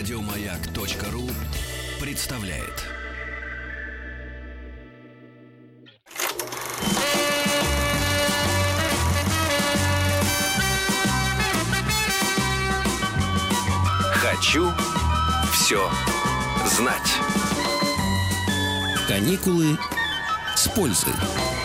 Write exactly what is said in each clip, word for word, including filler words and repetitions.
Радиомаяк.ру представляет. Хочу все знать. Каникулы с пользой.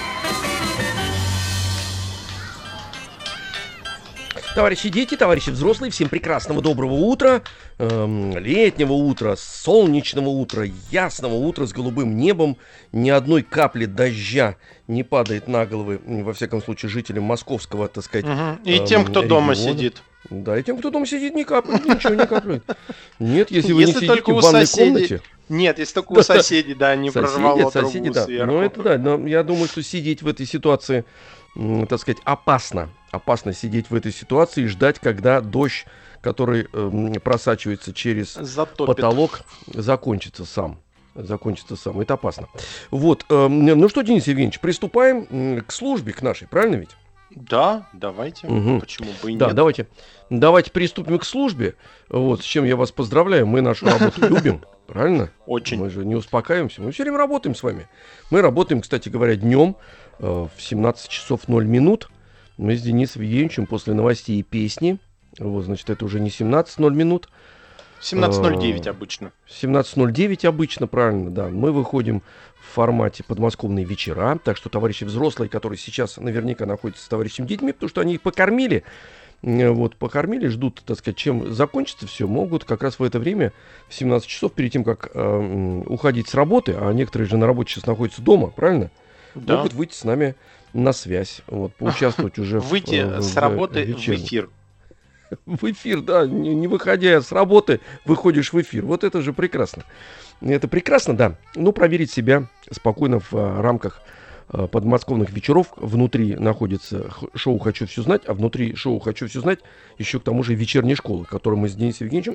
Товарищи дети, товарищи взрослые, всем прекрасного доброго утра, эм, летнего утра, солнечного утра, ясного утра с голубым небом. Ни одной капли дождя не падает на головы, во всяком случае, жителям московского, так сказать, угу. И эм, тем, кто региона. Дома сидит. Да, и тем, кто дома сидит, не капает, ничего не капает. Нет, если вы не сидите в ванной комнате... Нет, если только у соседей, да, не прорвало трубу сверху. Ну, это да, но я думаю, что сидеть в этой ситуации, так сказать, опасно. Опасно сидеть в этой ситуации и ждать, когда дождь, который э, просачивается через Затопит. потолок, закончится сам. Закончится сам. Это опасно. Вот. Э, ну что, Денис Евгеньевич, приступаем э, к службе, к нашей, правильно ведь? Да, давайте. Угу. Почему бы и нет? Да, давайте. Давайте приступим к службе. Вот, с чем я вас поздравляю. Мы нашу работу любим. Правильно? Очень. Мы же не успокаиваемся. Мы все время работаем с вами. Мы работаем, кстати говоря, днем э, в семнадцать часов ноль минут. Мы с Денисом Евгеньевичем после новостей и песни. Вот, значит, это уже не семнадцать ноль минут. семнадцать ноль девять обычно. семнадцать ноль девять обычно, правильно, да. Мы выходим в формате подмосковные вечера. Так что товарищи взрослые, которые сейчас наверняка находятся с товарищами детьми, потому что они их покормили, вот, покормили, ждут, так сказать, чем закончится все, могут как раз в это время, в семнадцать часов, перед тем, как э, уходить с работы, а некоторые же на работе сейчас находятся дома, правильно? Да. Могут выйти с нами на связь, вот, поучаствовать уже. Выйти в, с работы в, в эфир. В эфир, да, не, не выходя с работы, выходишь в эфир. Вот это же прекрасно. Это прекрасно, да. Ну, проверить себя спокойно в а, рамках а, подмосковных вечеров. Внутри находится шоу «Хочу все знать», а внутри шоу «Хочу все знать» еще к тому же вечерняя школа, которую мы с Денисом Евгеньевичем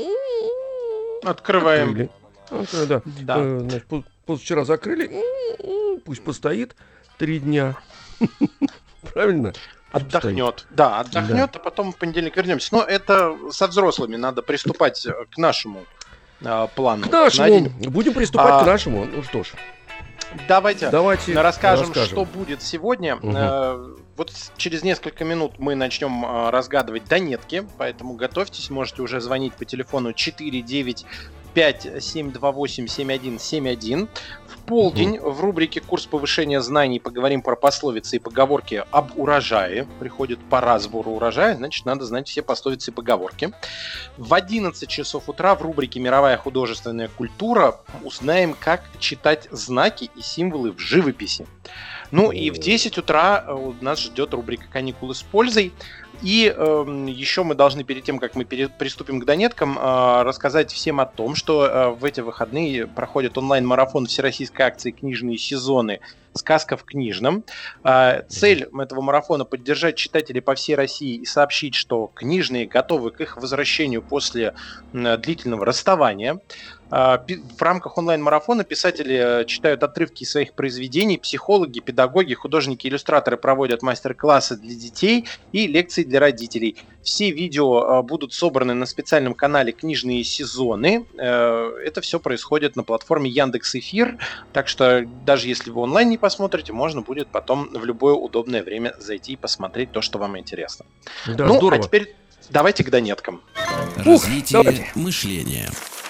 открываем. Открыли. Открыли, да. Да. Э, значит, позавчера закрыли. Пусть постоит три дня. Правильно? Отдохнет. Да, отдохнет, да. А потом в понедельник вернемся. Но это со взрослыми надо приступать к нашему э, плану. К нашему. Будем приступать а, к нашему. Ну что ж. Давайте, давайте расскажем, расскажем, что будет сегодня. Угу. Э, вот через несколько минут мы начнем э, разгадывать донетки, поэтому готовьтесь. Можете уже звонить по телефону четыре девять пять семь два восемь семь один семь один. В полдень в рубрике «Курс повышения знаний» поговорим про пословицы и поговорки об урожае. Приходит пора сбора урожая, значит, надо знать все пословицы и поговорки. В одиннадцать часов утра в рубрике «Мировая художественная культура» узнаем, как читать знаки и символы в живописи. Ну и в десять утра у нас ждет рубрика «Каникулы с пользой». И э, еще мы должны, перед тем, как мы пере- приступим к донеткам, э, рассказать всем о том, что э, в эти выходные проходит онлайн-марафон всероссийской акции «Книжные сезоны. Сказка в книжном». Э, цель этого марафона – поддержать читателей по всей России и сообщить, что книжные готовы к их возвращению после э, длительного расставания. В рамках онлайн-марафона писатели читают отрывки из своих произведений, психологи, педагоги, художники, иллюстраторы проводят мастер-классы для детей и лекции для родителей. Все видео будут собраны на специальном канале «Книжные сезоны». Это все происходит на платформе Яндекс.Эфир, так что даже если вы онлайн не посмотрите, можно будет потом в любое удобное время зайти и посмотреть то, что вам интересно. Да, ну, здорово. А теперь давайте к донеткам. Развитие Ух, мышления.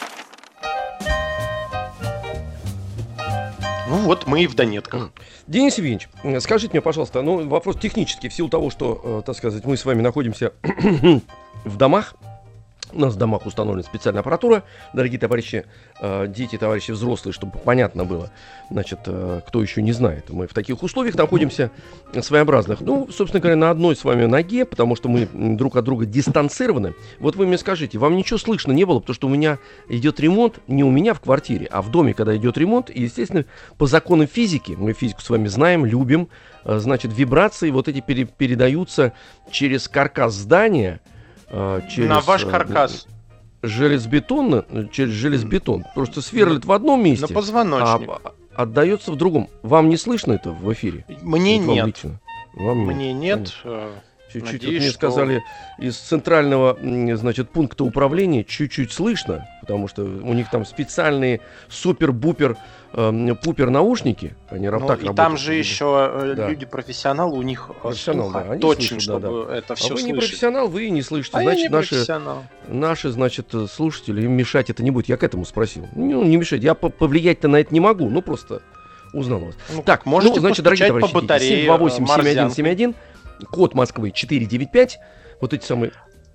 Ну вот мы и в донетках. Денис Евгеньевич, скажите мне, пожалуйста, ну вопрос технический, в силу того, что, э, так сказать, мы с вами находимся в домах. У нас в домах установлена специальная аппаратура. Дорогие товарищи, э, дети, товарищи взрослые, чтобы понятно было, значит, э, кто еще не знает. Мы в таких условиях находимся своеобразных. Ну, собственно говоря, на одной с вами ноге, потому что мы друг от друга дистанцированы. Вот вы мне скажите, вам ничего слышно не было, потому что у меня идет ремонт не у меня в квартире, а в доме, когда идет ремонт. И, естественно, по законам физики, мы физику с вами знаем, любим, э, значит, вибрации вот эти пере- передаются через каркас здания, через, на ваш каркас. Железобетон, через железобетон. Просто сверлит в одном месте, на позвоночник, а отдается в другом. Вам не слышно это в эфире? Мне это нет. Вам, вам Мне нет. нет. Чуть-чуть, Надеюсь, вот мне что- сказали, из центрального, м, значит, пункта управления чуть-чуть слышно, потому что у них там специальные супер-бупер, эм, пупер наушники, они раб- Ну, так и работают. там же видимо. еще э, Да. люди-профессионалы, у них э, Профессионал, слух да, они точен, слышат, чтобы да, это А все вы не слышать. профессионал, вы и не слышите. А я Значит, не наши, профессионал. наши, значит, э, слушатели, им мешать это не будет. Я к этому спросил. Ну, не мешать. Я по- повлиять-то на это не могу, ну, просто узнал вас. Ну, Так, можете ну, значит, дорогие постучать по товарищи, батарее, семь два восемь семь один морзянкой. семь один, код Москвы четыре девять пять, вот эти самые...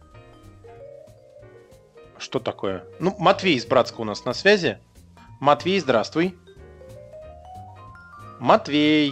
Что такое? Ну, Матвей из Братска у нас на связи. Матвей, здравствуй. Матвей.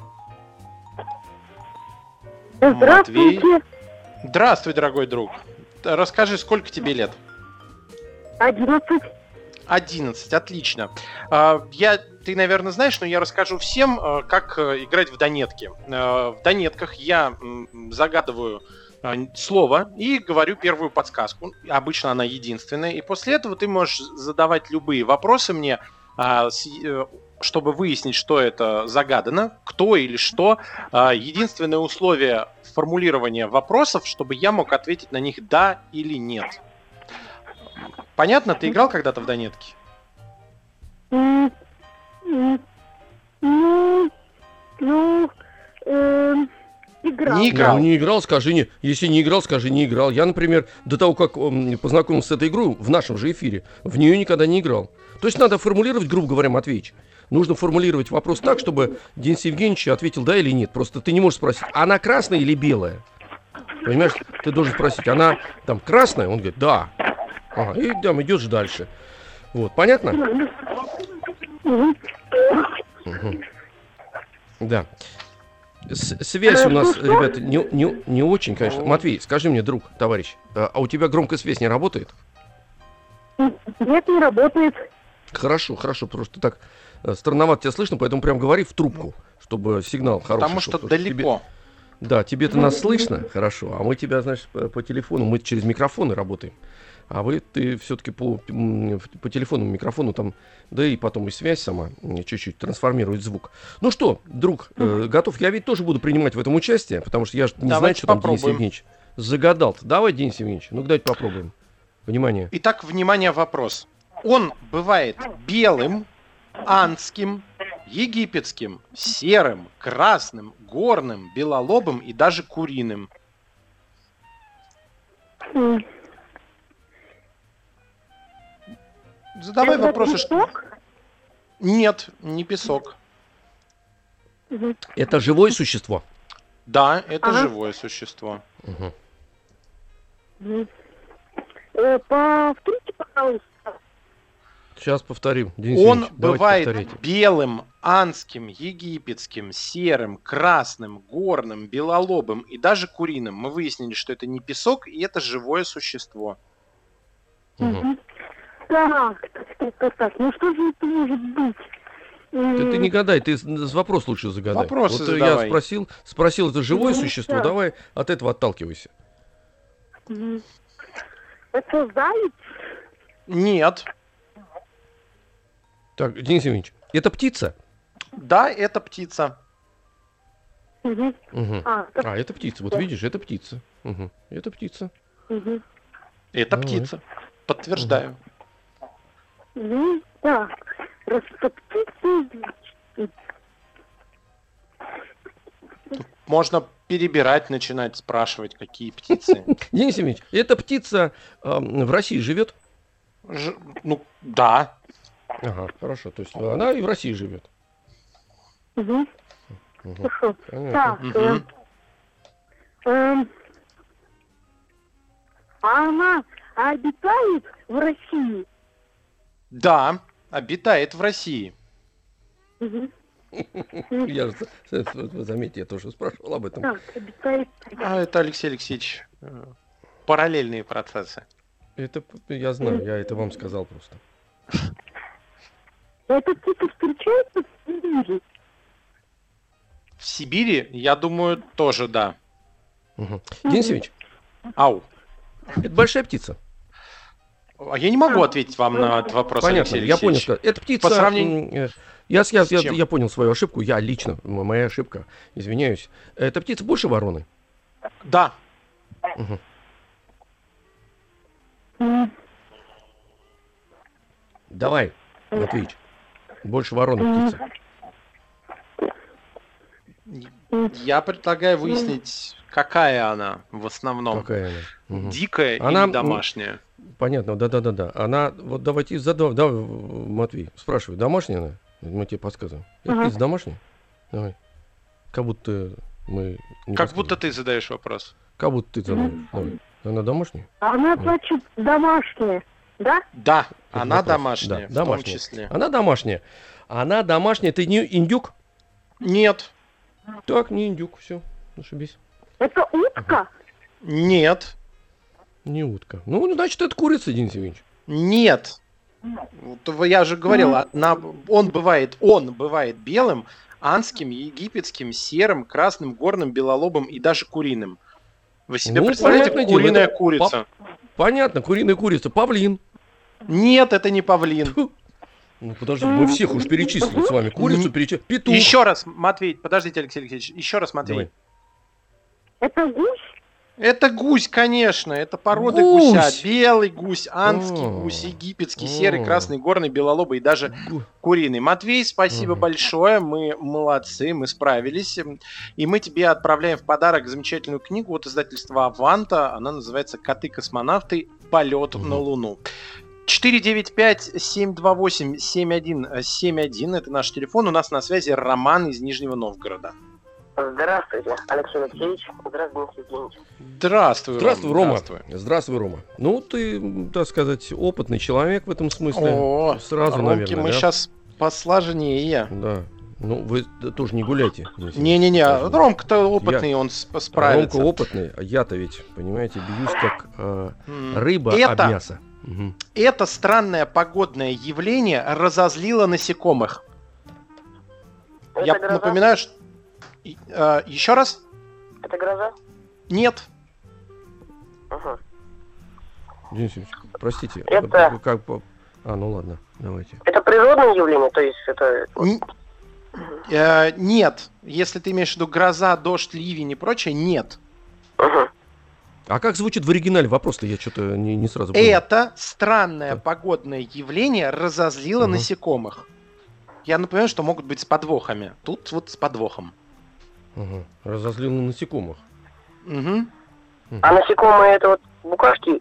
Матвей. Здравствуйте. Здравствуй, дорогой друг. Т- Расскажи, сколько тебе лет? Одиннадцать. одиннадцать, отлично. А, Я, ты, наверное, знаешь, но я расскажу всем, э, как э, играть в Донетки. Э, В Донетках я м, загадываю э, слово и говорю первую подсказку. Обычно она единственная. И после этого ты можешь задавать любые вопросы мне, а, с- э, чтобы выяснить, что это загадано, кто или что. А, Единственное условие формулирования вопросов, чтобы я мог ответить на них да или нет. Понятно? Ты играл когда-то в Донетки? М, м, Ну, ну, эм, играл. Не играл. Ну, не играл, скажи не. Если не играл, скажи не играл. Я, например, до того, как м, познакомился с этой игрой в нашем же эфире, в нее никогда не играл. То есть надо формулировать, грубо говоря, Матвеич. Нужно формулировать вопрос так, чтобы Денис Евгеньевич ответил да или нет. Просто ты не можешь спросить, она красная или белая? Понимаешь, ты должен спросить, она там красная? Он говорит, да. Ага, и там идешь дальше. Вот, понятно? Мгм. Мгм. Да. С- связь у нас, ребята, не, не, не очень, конечно. Матвей, скажи мне, друг, товарищ, а а у тебя громкая связь не работает? Нет, не работает. Хорошо, хорошо, просто так э, странновато тебя слышно, поэтому прям говори в трубку, чтобы сигнал хороший. Потому шел, что потому тебе- далеко. Да, тебе-то нас слышно, хорошо, а мы тебя, значит, по, по телефону, мы через микрофоны работаем. А вы, ты все-таки по, м, по телефону, микрофону там, да и потом и связь сама м, чуть-чуть трансформирует звук. Ну что, друг, э, готов? Я ведь тоже буду принимать в этом участие, потому что я ж не знаю, Давайте что там Денис попробуем. Евгеньевич загадал-то. Давай, Денис Евгеньевич, ну давайте попробуем. Внимание. Итак, внимание, вопрос. Он бывает белым, андским, египетским, серым, красным, горным, белолобым и даже куриным. М, Задавай это вопросы. Что... песок? Нет, не песок. Мгм. Это живое существо? Да, это Ага. живое существо. Мгм. Мгм. Э, Повторите, пожалуйста. Сейчас повторим. Денис Он Евгеньевич, давайте бывает повторяйте. белым, андским, египетским, серым, красным, горным, белолобым и даже куриным. Мы выяснили, что это не песок, и это живое существо. Мгм. Мгм. Так, так, так, так, так. Ну что же это может быть? М, Ты, ты не гадай, ты с- с вопрос лучше загадай. Вопросы вот э, я задавай. спросил, спросил, это живое Ну, существо, да. давай от этого отталкивайся. Мгм. Это заяц? Нет. Так, Денис Евгеньевич, это птица? Да, это птица. Мгм. Мгм. А, это- А, это птица, вот видишь, это птица. Мгм. Это птица. Мгм. Это Давай. птица. Подтверждаю. Ну, так. Раз это птица, значит, Можно перебирать, начинать спрашивать, какие птицы. Денис Евгеньевич, эта птица эм, в России живет? Ж- Ну, да. Ага, хорошо, то есть она и в России живет. Мгм. Мгм. Хорошо. Понятно. Так, э, Мгм. эм, а она обитает в России? Да, обитает в России. Мгм. Я же, э, вы заметьте, я тоже спрашивал об этом. Так, обитает. А это, Алексей Алексеевич, э, параллельные процессы. Это п- я знаю, я это вам сказал просто. Эта птица встречается в Сибири? В Сибири, я думаю, тоже да. Мгм. Денис Евгеньевич, Ау. это большая птица? А я не могу ответить вам на этот вопрос, Понятно, Алексей я понял. Алексеевич. Что... Это птица... По сравнению- м, э, Я, я, С я, чем? я понял свою ошибку, я лично, м- моя ошибка, извиняюсь. Эта птица больше вороны? Да. Мгм. М, Давай, Матвеич. Больше ворона птица. Я предлагаю выяснить, какая она в основном. Какая она? Мгм. Дикая Она, м, или домашняя? Понятно, да-да-да-да. Она, вот давайте задавай, давай, Матвей, спрашивай, домашняя она? Мы тебе подсказываем. Это Ага. птица домашняя? Давай. Как будто мы не Как будто подсказываем. ты задаешь вопрос. Как будто ты задаешь. Давай. Она домашняя? Она, значит, домашняя, да? Да, Это она вопрос. домашняя, Да, в домашняя. том числе. Она домашняя. Она домашняя. Ты не индюк? Нет, Так, не индюк, все. Ошибись. Это утка? нет, Не утка. Ну, значит, это курица, Денис Евгеньевич. нет. Вот вы- Я же говорил, она- он бывает, он бывает белым, анским, египетским, серым, красным, горным, белолобым и даже куриным. Вы себе Ну, представляете, понятное дело, куриная это курица? Понятно, куриная курица. Павлин. Нет, это не павлин. Фу. Ну, подожди, мы всех уж перечислили с вами. Курицу М. перечислили. Петух. Еще раз, Матвей, подождите, Алексей Алексеевич, еще раз, Матвей. Давай. Это гусь? Это гусь, конечно, это породы Гусь! гуся. Белый гусь, анский О. гусь, египетский, серый, О. красный, горный, белолобый и даже Гу- куриный. Матвей, спасибо Мгм. большое, мы молодцы, мы справились. И мы тебе отправляем в подарок замечательную книгу от издательства «Аванта». Она называется «Коты-космонавты. Полет Мгм. на Луну». четыре девять пять семь два восемь семь один семь один, это наш телефон. У нас на связи Роман из Нижнего Новгорода. Здравствуйте, Алексей Алексеевич. Здравствуйте, Денис Евгеньевич. Здравствуй, Здравствуй, Ром, Рома. здравствуй. Здравствуй, Рома. Ну, ты, м, так сказать, опытный человек в этом смысле. О, Сразу, Ромки, наверное, мы да? сейчас посложнее. Да. Ну, вы т- тоже не гуляйте. Денис Евгеньевич. Не-не-не, Сразу. Ромка-то опытный, он с- Ромка справится. опытный, а я-то ведь, понимаете, бьюсь как э, М. рыба Это- об мясо. Мгм. Это странное погодное явление разозлило насекомых. Это Я гроза? напоминаю, что... И, э, еще раз? Это гроза? Нет. Ага. Денис Евгеньевич, простите. Это- как- как по- А, ну ладно, давайте. Это природное явление, то есть это... Н- э, нет. Если ты имеешь в виду гроза, дождь, ливень и прочее, нет. Ага. А как звучит в оригинале? Вопрос-то я что-то не, не сразу понял. Это странное Да. погодное явление разозлило Ага. насекомых. Я напоминаю, что могут быть с подвохами. Тут вот с подвохом. Ага. Разозлил на насекомых. Мгм. А насекомые это вот букашки?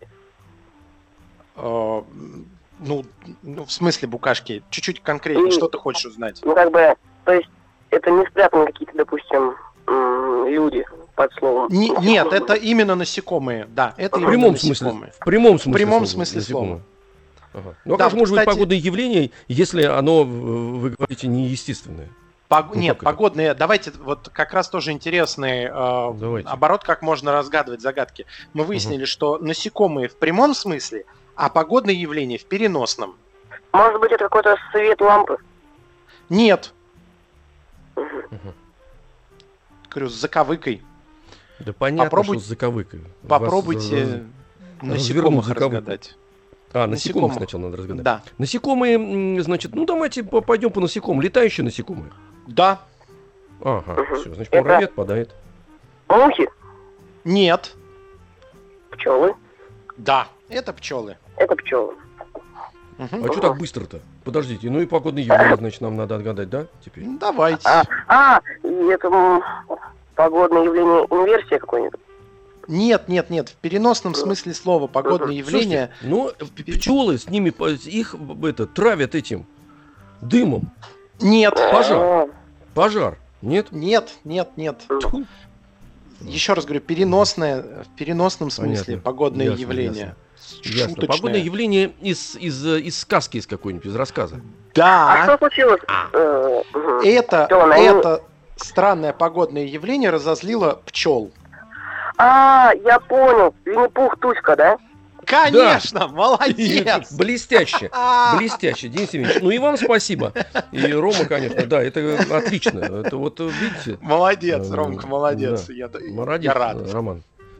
Э, ну, ну, в смысле букашки? Чуть-чуть конкретнее, И- что ты хочешь узнать? Ну как бы, то есть это не спрятаны какие-то, допустим, м, люди под словом? Не- нет, это именно насекомые. Да, это В именно прямом смысле. насекомые. В прямом смысле. прямом слова, смысле насекомые. Ага. Ну а Да, как же может быть кстати- погодное явление, если оно, в- вы говорите, неестественное? Пог- Ну, Нет, как это? погодные. Давайте вот как раз тоже интересный э, Давайте. оборот, как можно разгадывать загадки. Мы выяснили, что насекомые в прямом смысле, а погодные явления в переносном. Может быть, это какой-то свет лампы? Нет. Мгм. Говорю, с заковыкой. Да понятно, Попробуй- что с заковыкой. Вас Попробуйте раз- насекомых заковыку. разгадать. А, насекомых насекомых. сначала надо разгадать. Да. Насекомые, м, значит, ну давайте по- пойдем по насекомым. Летающие насекомые. Да. Ага, Мгм. все, значит, Это- муравей отпадает. Мухи? Нет. Пчелы? Да. Это пчелы. Это пчелы. Мгм. А что так быстро-то? Подождите, ну и погодные явления, значит, нам надо отгадать, да, теперь? Ну, Давайте. А, а, и это м, погодное явление инверсия какой-нибудь? Нет, нет, нет. В переносном смысле слова погодные явления. Слушайте, ну, пчелы с ними, по- их б- это, травят этим дымом. Нет. Пожар. А, Пожар. Нет? Нет, нет, нет. Тьфу. Еще раз говорю, переносное, в переносном смысле Понятно. погодное Ясно, явление. Ясно. Шуточное. Погодное явление из, из, э, из сказки из какой-нибудь, из рассказа. а Да, что случилось? Э, мгм. это, Пчелы, они- это странное погодное явление разозлило пчел. А, я понял. Винни-Пух, Туська, да? Конечно, молодец! Блестяще. А, Блестяще, Денис Евгеньевич. Ну и вам спасибо. И Рома, конечно, да, это отлично. Это вот, видите, Молодец, Эм, Ромка, молодец. да. Я, молодец, я рад. Роман.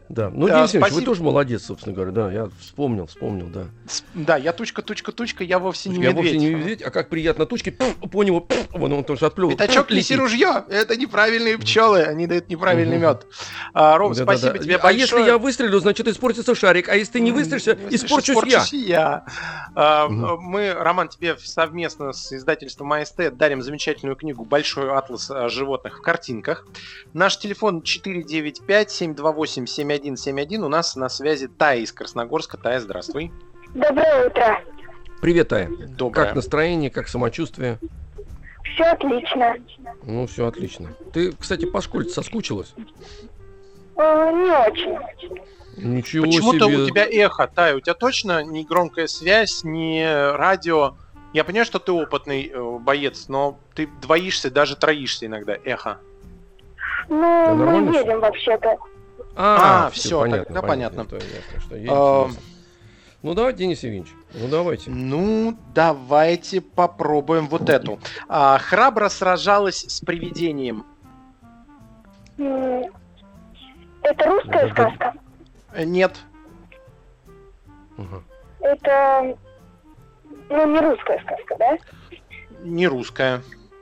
Да, ну, Да, Денис Евгеньевич, спасибо. вы тоже молодец, собственно говоря, да, я вспомнил, вспомнил, да. С- Да, я тучка, тучка, тучка, я вовсе не Я вовсе медведь. не медведь, а как приятно тучки, пф, по него, пф, вон он тоже отплюнул. Пятачок, пф, неси летит. ружье. Это неправильные пчелы, они дают неправильный Мгм. мед. А, Ром, Да-да-да. спасибо тебе А большое. если я выстрелю, значит испортится шарик, а если ты не выстрелишься, М, испорчусь я. испорчусь я. А, Мгм. Мы, Роман, тебе совместно с издательством АСТ дарим замечательную книгу «Большой атлас о животных в картинках». Наш телефон четыре девять пять семь два восемь семь один семь один. У нас на связи Тая из Красногорска. Тая, здравствуй. Доброе утро. Привет, Тая. Доброе. Как настроение, как самочувствие? Все отлично. Ну, все отлично. Ты, кстати, по школе соскучилась? Э, не очень. Ничего Почему-то себе. у тебя эхо, Тая, у тебя точно не громкая связь, не радио. Я понимаю, что ты опытный э, боец, но ты двоишься, даже троишься иногда, эхо. Ну, нормально мы всё? едем вообще-то. А, всё, всё, понятно, тогда понятно. понятно. Это ясно, что едете, А, ясно. Ну, давайте, Денис Евгеньевич, ну, давайте. Ну, давайте попробуем вот эту. А, храбро сражалась с привидением. М, Это русская Да-да. сказка? Э, Нет, Ага. Это, ну, не русская сказка, да? не русская.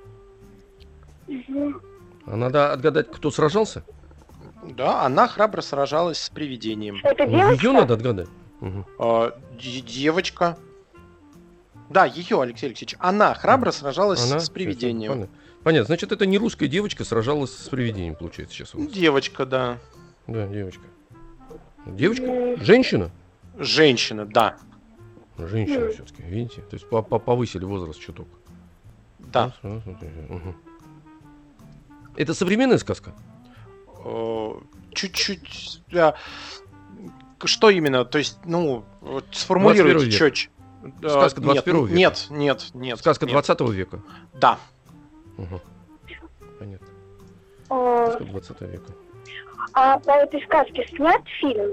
Мгм. А надо отгадать, кто сражался? Да, она храбро сражалась с привидением. Это Ее девочка? надо отгадать. Мгм. А, де- девочка. Да, ее, Алексей Алексеевич. Она храбро сражалась Она? с привидением. Понятно. Понятно. Значит, это не русская девочка сражалась с привидением, получается, сейчас у нас. Девочка, да. Да, девочка. Девочка? Женщина? Женщина, да. Женщина все-таки, видите? То есть по- по- повысили возраст чуток. Да. Ну, смотрите, мгм. Это современная сказка? Э, Чуть-чуть. а, Что именно? То есть, ну, вот сформулируйте двадцать первый век. четче. Сказка Э, двадцать первого века. Нет, нет, нет. Сказка нет. двадцатого века. Да. Угу. Понятно. Э, Сказка двадцатого века. А по этой сказке снят фильм?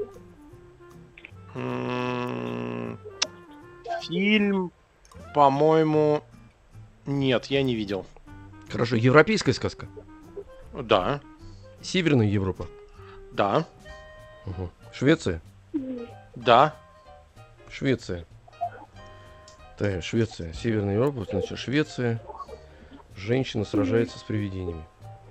М, Фильм, по-моему, нет, я не видел. Хорошо. Европейская сказка? Да, Северная Европа? да, Угу. Швеция? да. Швеция. Так, Швеция. Северная Европа, значит, Швеция. Женщина сражается с привидениями.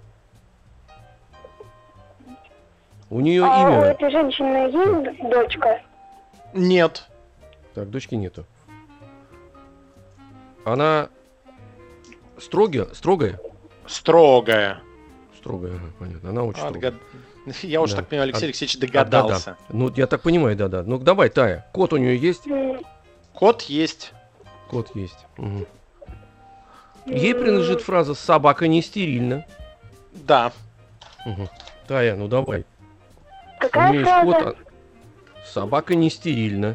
У нее А у имя... этой женщины есть дочка? Нет. Так, дочки нету. Она строгая? Строгая? Строгая. Строгая, ага, понятно. Она очень Отгад- строгая. Я уж Да. так понимаю, Алексей От- Алексеевич А, да, догадался. да. Ну, я так понимаю, да-да. Ну, давай, Тая. Кот у нее есть? М, Кот есть. Кот есть. Мгм. Ей принадлежит фраза «собака не стерильна». Да. Мгм. Тая, ну давай. У Какая нее есть кот, фраза? а- собака не стерильна.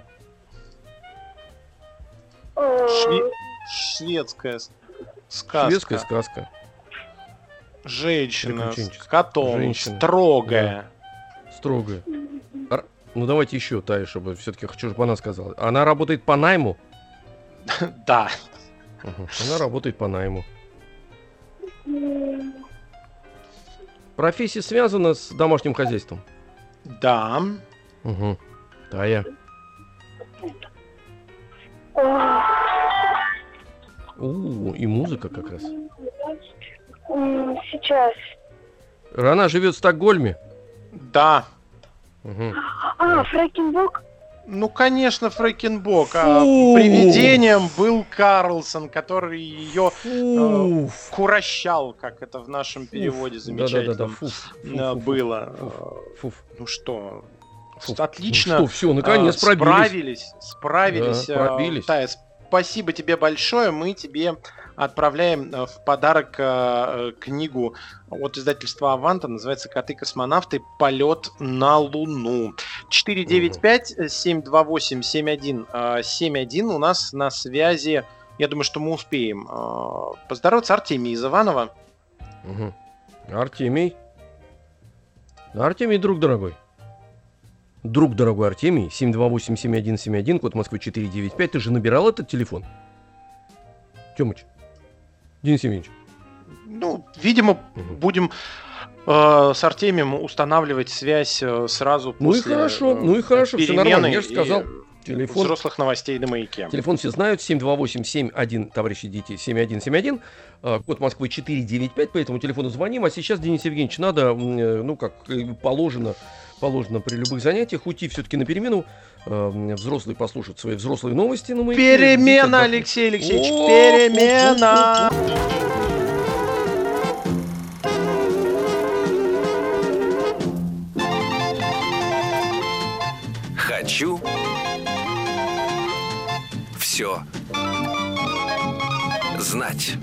Э, Шве- Шведская с- сказка. Шведская сказка. Женщина с Приключенческая. котом. Женщина. Строгая. Строгая. Ар- Ну давайте еще, Тая, чтобы все-таки хочу, чтобы она сказала. Она работает по найму. Да. Мгм. Она работает по найму. м, Профессия связана с домашним хозяйством. Да. Угу. Тая. о, У, и музыка как раз. м, Сейчас. Она живет в Стокгольме. Да. Мгм. А, Фрэкенбок? Ну, конечно, Фрэкенбок. А Фу. привидением был Карлсон, который ее Фу. курощал, как это в нашем переводе Да-да-да-да. замечательном Фу. Фу, э, фу, фу, было. фу, фу. Ну что, Фу. отлично. Ну что, все, наконец А, пробились. Справились, справились. Да, а, пробились. Тая, спасибо тебе большое. Мы тебе отправляем а, в подарок а, э, книгу от издательства «Аванта». Называется «Коты-космонавты. Полет на Луну». четыре девять пять семь два восемь семь один семь один. У нас на связи, я думаю, что мы успеем а, поздороваться. Артемий из Иванова. Мгм. Артемий. Артемий, друг дорогой. Друг дорогой Артемий, семь два восемь семь один семь один, код Москвы четыре девять пять. Ты же набирал этот телефон? Тёмыч. Денис Евгеньевич. Ну, видимо, Мгм. будем Э, С Артемием устанавливать связь э, сразу Ну и после хорошо, э, ну и хорошо, все перемены нормально, я же и сказал. Телефон, взрослых новостей на Маяке. телефон все знают, семь два восемь семь один, товарищи дети, семь один семь один, э, код Москвы четыре девять пять, по этому телефону звоним. А сейчас, Денис Евгеньевич, надо, м, э, ну как э, положено, положено при любых занятиях, уйти все-таки на перемену, э, взрослые послушать свои взрослые новости на Маяке. Перемена, Дети Алексей Алексеевич, О, перемена! Хочу все знать.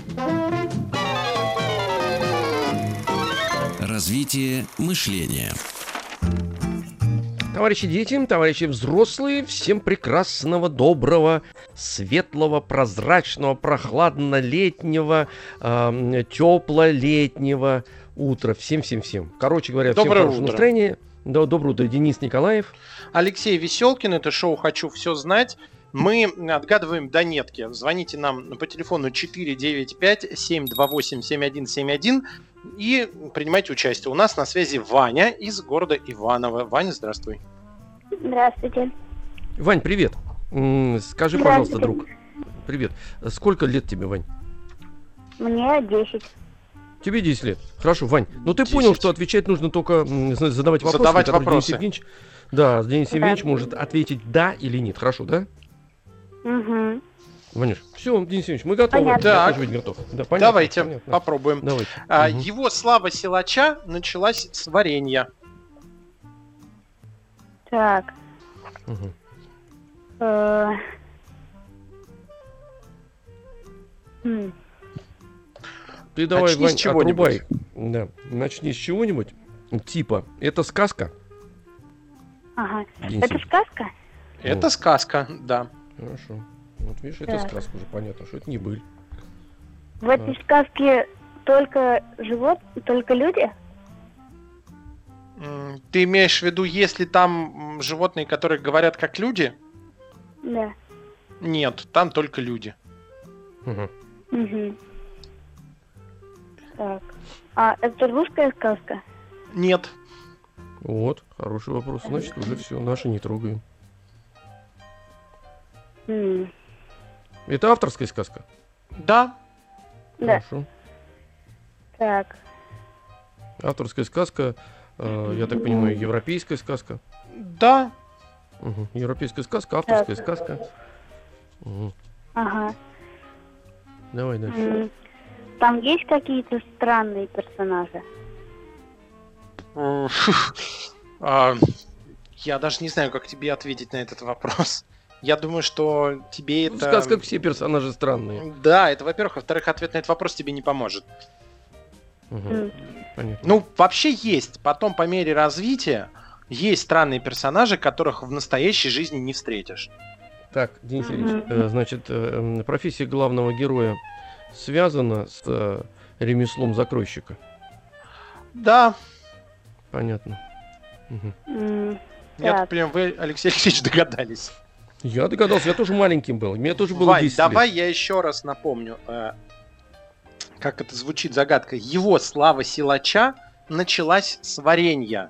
Развитие мышления. Товарищи дети, товарищи взрослые, всем прекрасного, доброго, светлого, прозрачного, прохладно-летнего, э, тепло-летнего утра. Всем-всем-всем. Короче говоря, всем Доброе хорошего утро. настроения. Да, доброе утро, Денис Николаев. Алексей Веселкин, это шоу «Хочу все знать». Мы отгадываем донетки. Звоните нам по телефону четыре девять пять семь два восемь семь один семь один и принимайте участие. У нас на связи Ваня из города Иваново. Ваня, здравствуй. Здравствуйте. Вань, привет. М, Скажи, пожалуйста, друг. Привет. Сколько лет тебе, Вань? Мне десять. Тебе десять лет. Хорошо, Вань. Ну ты десять. понял, что отвечать нужно только м, зна- задавать вопросы. Задавать на которые вопросы. Денис Евгеньевич, да, Денис Да. Евгеньевич может ответить да или нет. Хорошо, да? Угу. Ванюш, все, Денис Евгеньевич, мы готовы. Понятно. Я Так. тоже ведь готов. Да, понятно, Давайте понятно. попробуем. Давайте. А, Мгм. Его слава силача началась с варенья. Так. Мгм. э, м, Ты давай, Начни с Вань, чего-нибудь. отрубай. Да. Начни с чего-нибудь. Типа, это сказка? Ага. Денис Это Евгеньевич? сказка? Это сказка, да. Хорошо. Вот видишь, это Так. сказка уже понятно, что это не быль. В этой сказке только живот, только люди? М, Ты имеешь в виду, если там м, животные, которые говорят как люди? Да. Нет, там только люди. Мгм. Угу. Так. А это русская сказка? Нет. Вот, хороший вопрос. Значит, уже все, наши не трогаем. М, Это авторская сказка? Да. Да. Хорошо. Так. Авторская сказка, э, я так понимаю, европейская сказка. Да. Мгм. Европейская сказка, авторская Так. сказка. Мгм. Ага. Давай дальше. М, Там есть какие-то странные персонажи? Э, а, Я даже не знаю, как тебе ответить на этот вопрос. Я думаю, что тебе В это... сказках все персонажи странные. Да, это во-первых. Во-вторых, ответ на этот вопрос тебе не поможет. Мгм. М, Понятно. Ну, вообще есть. Потом, по мере развития, есть странные персонажи, которых в настоящей жизни не встретишь. Так, Денис Мгм. Ильич, э, значит, э, м, профессия главного героя связана с э, ремеслом закройщика. Да, Понятно. Мгм. м, я Так. так понимаю, вы, Алексей Алексеевич, догадались. Я догадался, я тоже маленьким был. Мне тоже было Вань, десять давай лет. я еще раз напомню, э, как это звучит загадка. Его слава силача началась с варенья.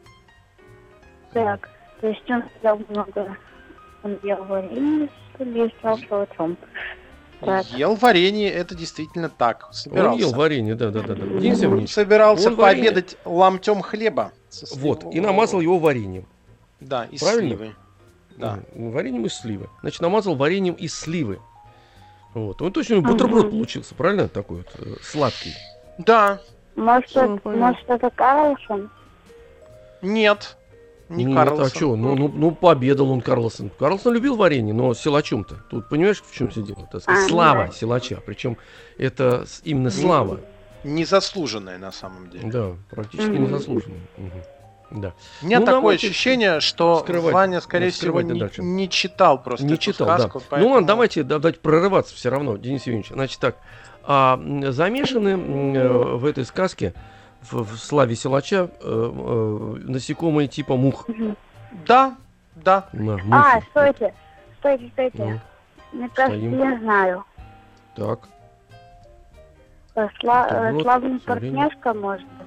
Так. То есть он ел много. Он ел варенье, что ли, и стал шалачом. Так. Ел варенье, это действительно так. Он Собирался. ел варенье, да, да, да, да. Денис Он Евгеньевич, собирался он варенье- пообедать ломтем хлеба. со вот, слив- и намазал его вареньем. Да, из Правильно? сливы. Да. Мгм. Вареньем из сливы. Значит, намазал вареньем из сливы. Вот. Он точно бутерброд Мгм. получился, правильно? Такой вот э, сладкий. Да, Может, Всё, это, понятно. может, это Карлсон? нет, не Нет, Карлсон. а что? Ну, ну, ну, пообедал он Карлсон. Карлсон любил варенье, но силачом-то. Тут понимаешь, в чем все дело? Так сказать, А, слава да. силача. Причем это с- именно слава. Незаслуженное на самом деле. Да, практически Мгм. незаслуженно. Мгм. Да. У меня Ну, такое давайте ощущение, что скрывать- Ваня, скорее ну, всего, скрывать не, дальше. не читал просто Не эту читал, сказку. да. поэтому- Ну ладно, давайте, да, давайте прорываться все равно, Денис Евгеньевич. Значит так, а, м, замешаны м, э, в этой сказке, в, в славе силача, э, э, насекомые типа мух. Мгм. Да, да. На, мухи. А, стойте. Стойте, стойте. Ну, Мне кажется, стоим. я знаю. так. Э, Сла- э, Бутерброд, Славный варенье. партнершка, может быть.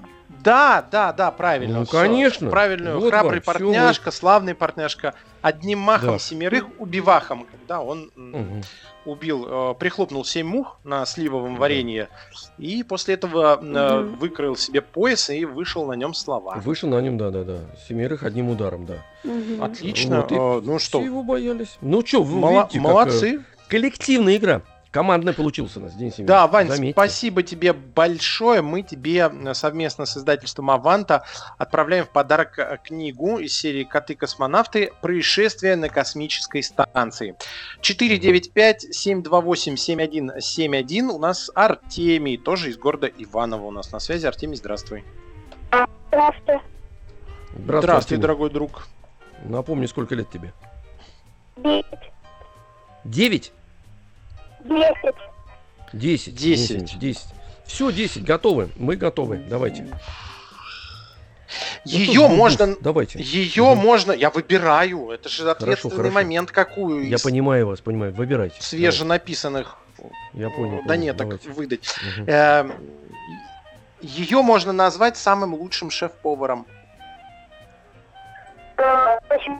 Да, да, да, правильно. Ну, всё. конечно. Правильную. Вот Храбрый вам, всё партняшка, славный партняшка. Одним махом Да. семерых убивахом, когда он м, Мгм. убил, э, прихлопнул семь мух на сливовом варенье, и после этого э, Мгм. выкроил себе пояс и вышел на нем слова. Вышел на нем, да-да-да. Семерых одним ударом, да. Мгм. Отлично. Вот, и э, ну Все что, его боялись. Ну что, вы мало- видите, как, э, молодцы. коллективная игра. Командная получилась у нас, Денис Евгеньевич. Да, Вань, Заметьте. спасибо тебе большое. Мы тебе э, совместно с издательством Аванта отправляем в подарок э, книгу из серии «Коты-космонавты. Происшествие на космической станции». четыре девять пять семь два восемь семь один семь один. У нас Артемий, тоже из города Иваново у нас на связи. Артемий, здравствуй. Здравствуйте. Здравствуй, Артемий. дорогой друг. Напомни, сколько лет тебе? Десять. Девять? Десять. Десять. Десять. Денис Евгеньевич, десять. Все, десять. Готовы. Мы готовы. Давайте. Ну что Ее ж, бу-бу, можно... Давайте. Ее Мгм. можно... Я выбираю. Это же ответственный хорошо. момент, какую Я из понимаю вас, понимаю. Выбирайте. свеженаписанных Давайте. Я понял. да понял. нет, так Давайте. выдать. Мгм. Ее можно назвать самым лучшим шеф-поваром. А, Почему?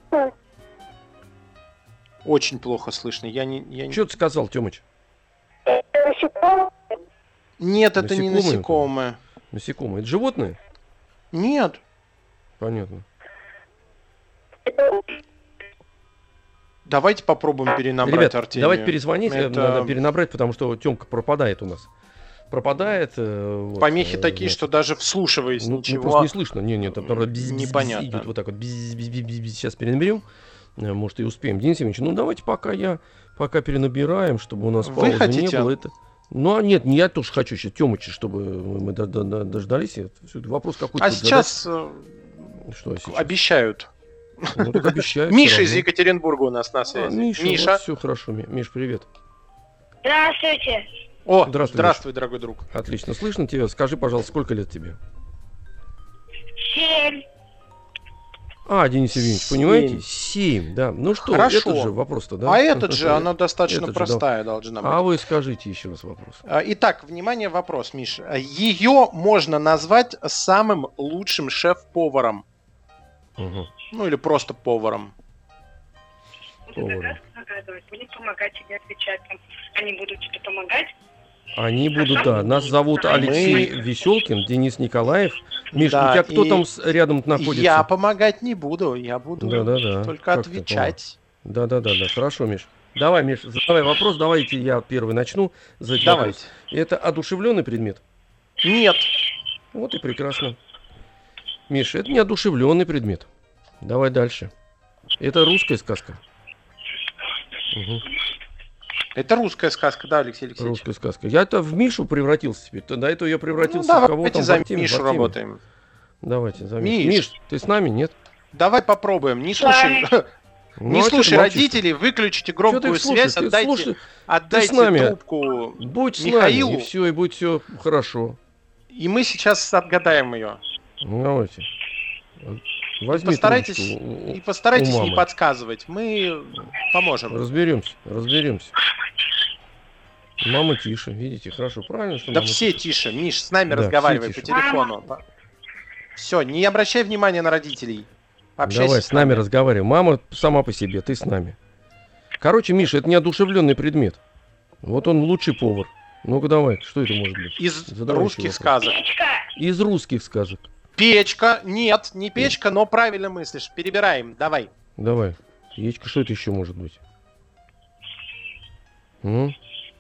Очень плохо слышно. Я не, я не- Что ты сказал, Тёмыч? Это насекомое? Нет, это не Насекомые? насекомое. Насекомые. Это животные? Нет. Понятно. Это Давайте попробуем перенабрать Ребят, Артемию. давайте перезвонить. э, Это- Надо перенабрать, потому что Тёмка пропадает у нас. Пропадает. э, вот, Помехи э, такие, значит. что даже вслушиваясь Ну, ну, ничего. просто не слышно. Не, нет, там правда, бз- бз- бз- Непонятно. идет вот так вот. бз- бз- бз- бз- бз. Сейчас перенаберем. Э, Может, и успеем. Денис Евгеньевич, ну давайте пока я пока перенабираем, чтобы у нас Вы паузы не хотите? было. Это... Ну, а нет, не я тоже хочу еще Тёмыча, чтобы мы до- до- до- дождались. Это всё, вопрос какой-то. А вот сейчас э, задать. Что а сейчас? обещают. Ну, так обещают Миша всё из равно. Екатеринбурга у нас на А, связи. Миша, Миша. все хорошо. Ми- Миш, привет. Здравствуйте. О, Здравствуй, здравствуй, дорогой друг. Отлично, слышно тебя. Скажи, пожалуйста, сколько лет тебе? Семь. А, Денис Евгеньевич, Семь. понимаете? Семь, да. Ну что, Хорошо. этот же вопрос-то, да? А этот же, она достаточно Этот же, простая должна быть. А вы скажите еще раз вопрос. А, Итак, внимание, вопрос, Миша. Ее можно назвать самым лучшим шеф-поваром. Угу. Ну или просто поваром. Поваром. Будем помогать тебе отвечать. Там. Они будут тебе помогать. Они будут, да. Нас зовут Алексей Веселкин, Денис Николаев. Миш, Да, у тебя кто и там с- рядом находится? Я помогать не буду, я буду Да-да-да. только Как отвечать. Да-да-да, да. Хорошо, Миш. Давай, Миш, задавай вопрос. Давайте я первый начну. задать Давайте. вопрос. Это одушевленный предмет? Нет. Вот и прекрасно. Миша, это не одушевленный предмет. Давай дальше. Это русская сказка. Мгм. Это русская сказка, да, Алексей Алексеевич? Русская сказка. Я-то в Мишу превратился теперь. То До этого я Ну, превратился в кого давайте там в за Артемия, в Мишу Артемия. работаем. Давайте, за Мишу. Миш. Миш, ты с нами, нет? Давай попробуем. Не слушай, Ну, не а чё ты слушай молчишь-то? родителей, выключите Чё ты громкую их слушаешь? связь, Ты отдайте, слушай, отдайте ты с нами. трубку, будь с Михаилу. нами, и все, и будет все хорошо. и мы сейчас отгадаем ее. Ну, давайте. Возьми Постарайтесь, трубочку у- и постарайтесь у не мамы. подсказывать. Мы поможем. Разберемся, разберемся. Мама тише, видите, хорошо, правильно, что Да мама все тише. Миш, с нами Да, разговаривай все по тише. телефону. Все, не обращай внимания на родителей. Общайся Давай, с нами разговаривай. Мама сама по себе, ты с нами. Короче, Миша, это неодушевленный предмет. Вот он лучший повар. Ну-ка давай, что это может быть? Из Задавай русских еще сказок. Печка. Из русских сказок. Печка. Нет, не печка, но правильно мыслишь. Перебираем. Давай. Давай. Яичко, что это еще может быть? М?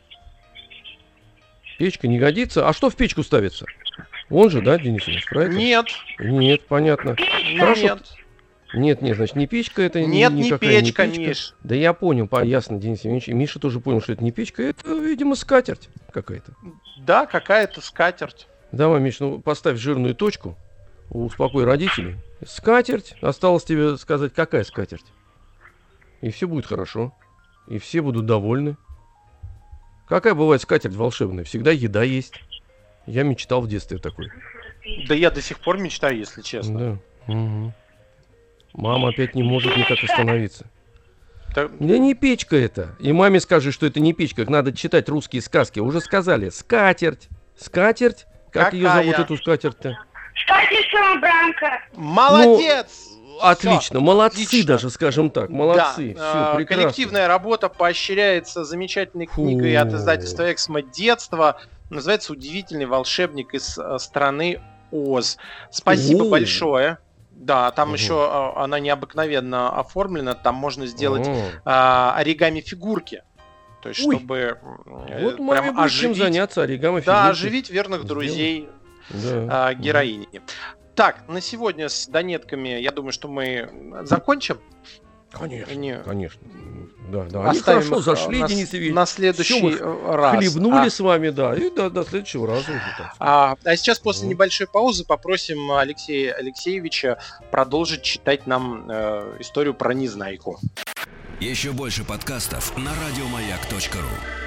Печка не годится. А что в печку ставится? Он же, да, Денис Ильич, правильно? Нет. Нет, понятно. Хорошо. Нет. Нет, нет, значит, не печка это. Нет, не никакая печка, не печка. Миш. Да я понял, по- ясно, Денис Евгеньевич. И Миша тоже понял, что это не печка, это, видимо, скатерть какая-то. Да, какая-то скатерть. Давай, Миш, ну поставь жирную точку, успокой родителей. Скатерть. Осталось тебе сказать, какая скатерть. И все будет хорошо. И все будут довольны. Какая бывает скатерть волшебная? Всегда еда есть. Я мечтал в детстве такой. Да я до сих пор мечтаю, если честно. Да. Мгм. Мама опять не может никак остановиться. Да, Да не печка это. И маме скажи, что это не печка. Надо читать русские сказки. Уже сказали. Скатерть. Скатерть. Как ее Какая? зовут, эту скатерть-то? Статис самобранка. Молодец! Ну, отлично, Всё, молодцы отлично. даже, скажем так, молодцы. Да, Все э, прекрасно. коллективная работа поощряется замечательной Фу. книгой от издательства «Эксмо. Детство». Называется «Удивительный волшебник из э, страны Оз». Спасибо О. большое. Да, там Мгм. еще э, она необыкновенно оформлена. Там можно сделать О. э, оригами фигурки. То есть, Ой. чтобы э, Вот мы прям будем чем оживить, заняться, оригами да, фигурки. оживить верных сделать. друзей Да. э, героини. Так, на сегодня с донетками, я думаю, что мы закончим. Конечно, Не- конечно. Да, да. Они Оставим хорошо их, зашли, на, Денис Евгеньевич. на следующий Всё, мы э, раз. Хлебнули А, с вами, да, и до, до следующего раза уже так. а, а сейчас после Мгм. небольшой паузы попросим Алексея Алексеевича продолжить читать нам э, историю про Незнайку. Еще больше подкастов на радиомаяк точка ру.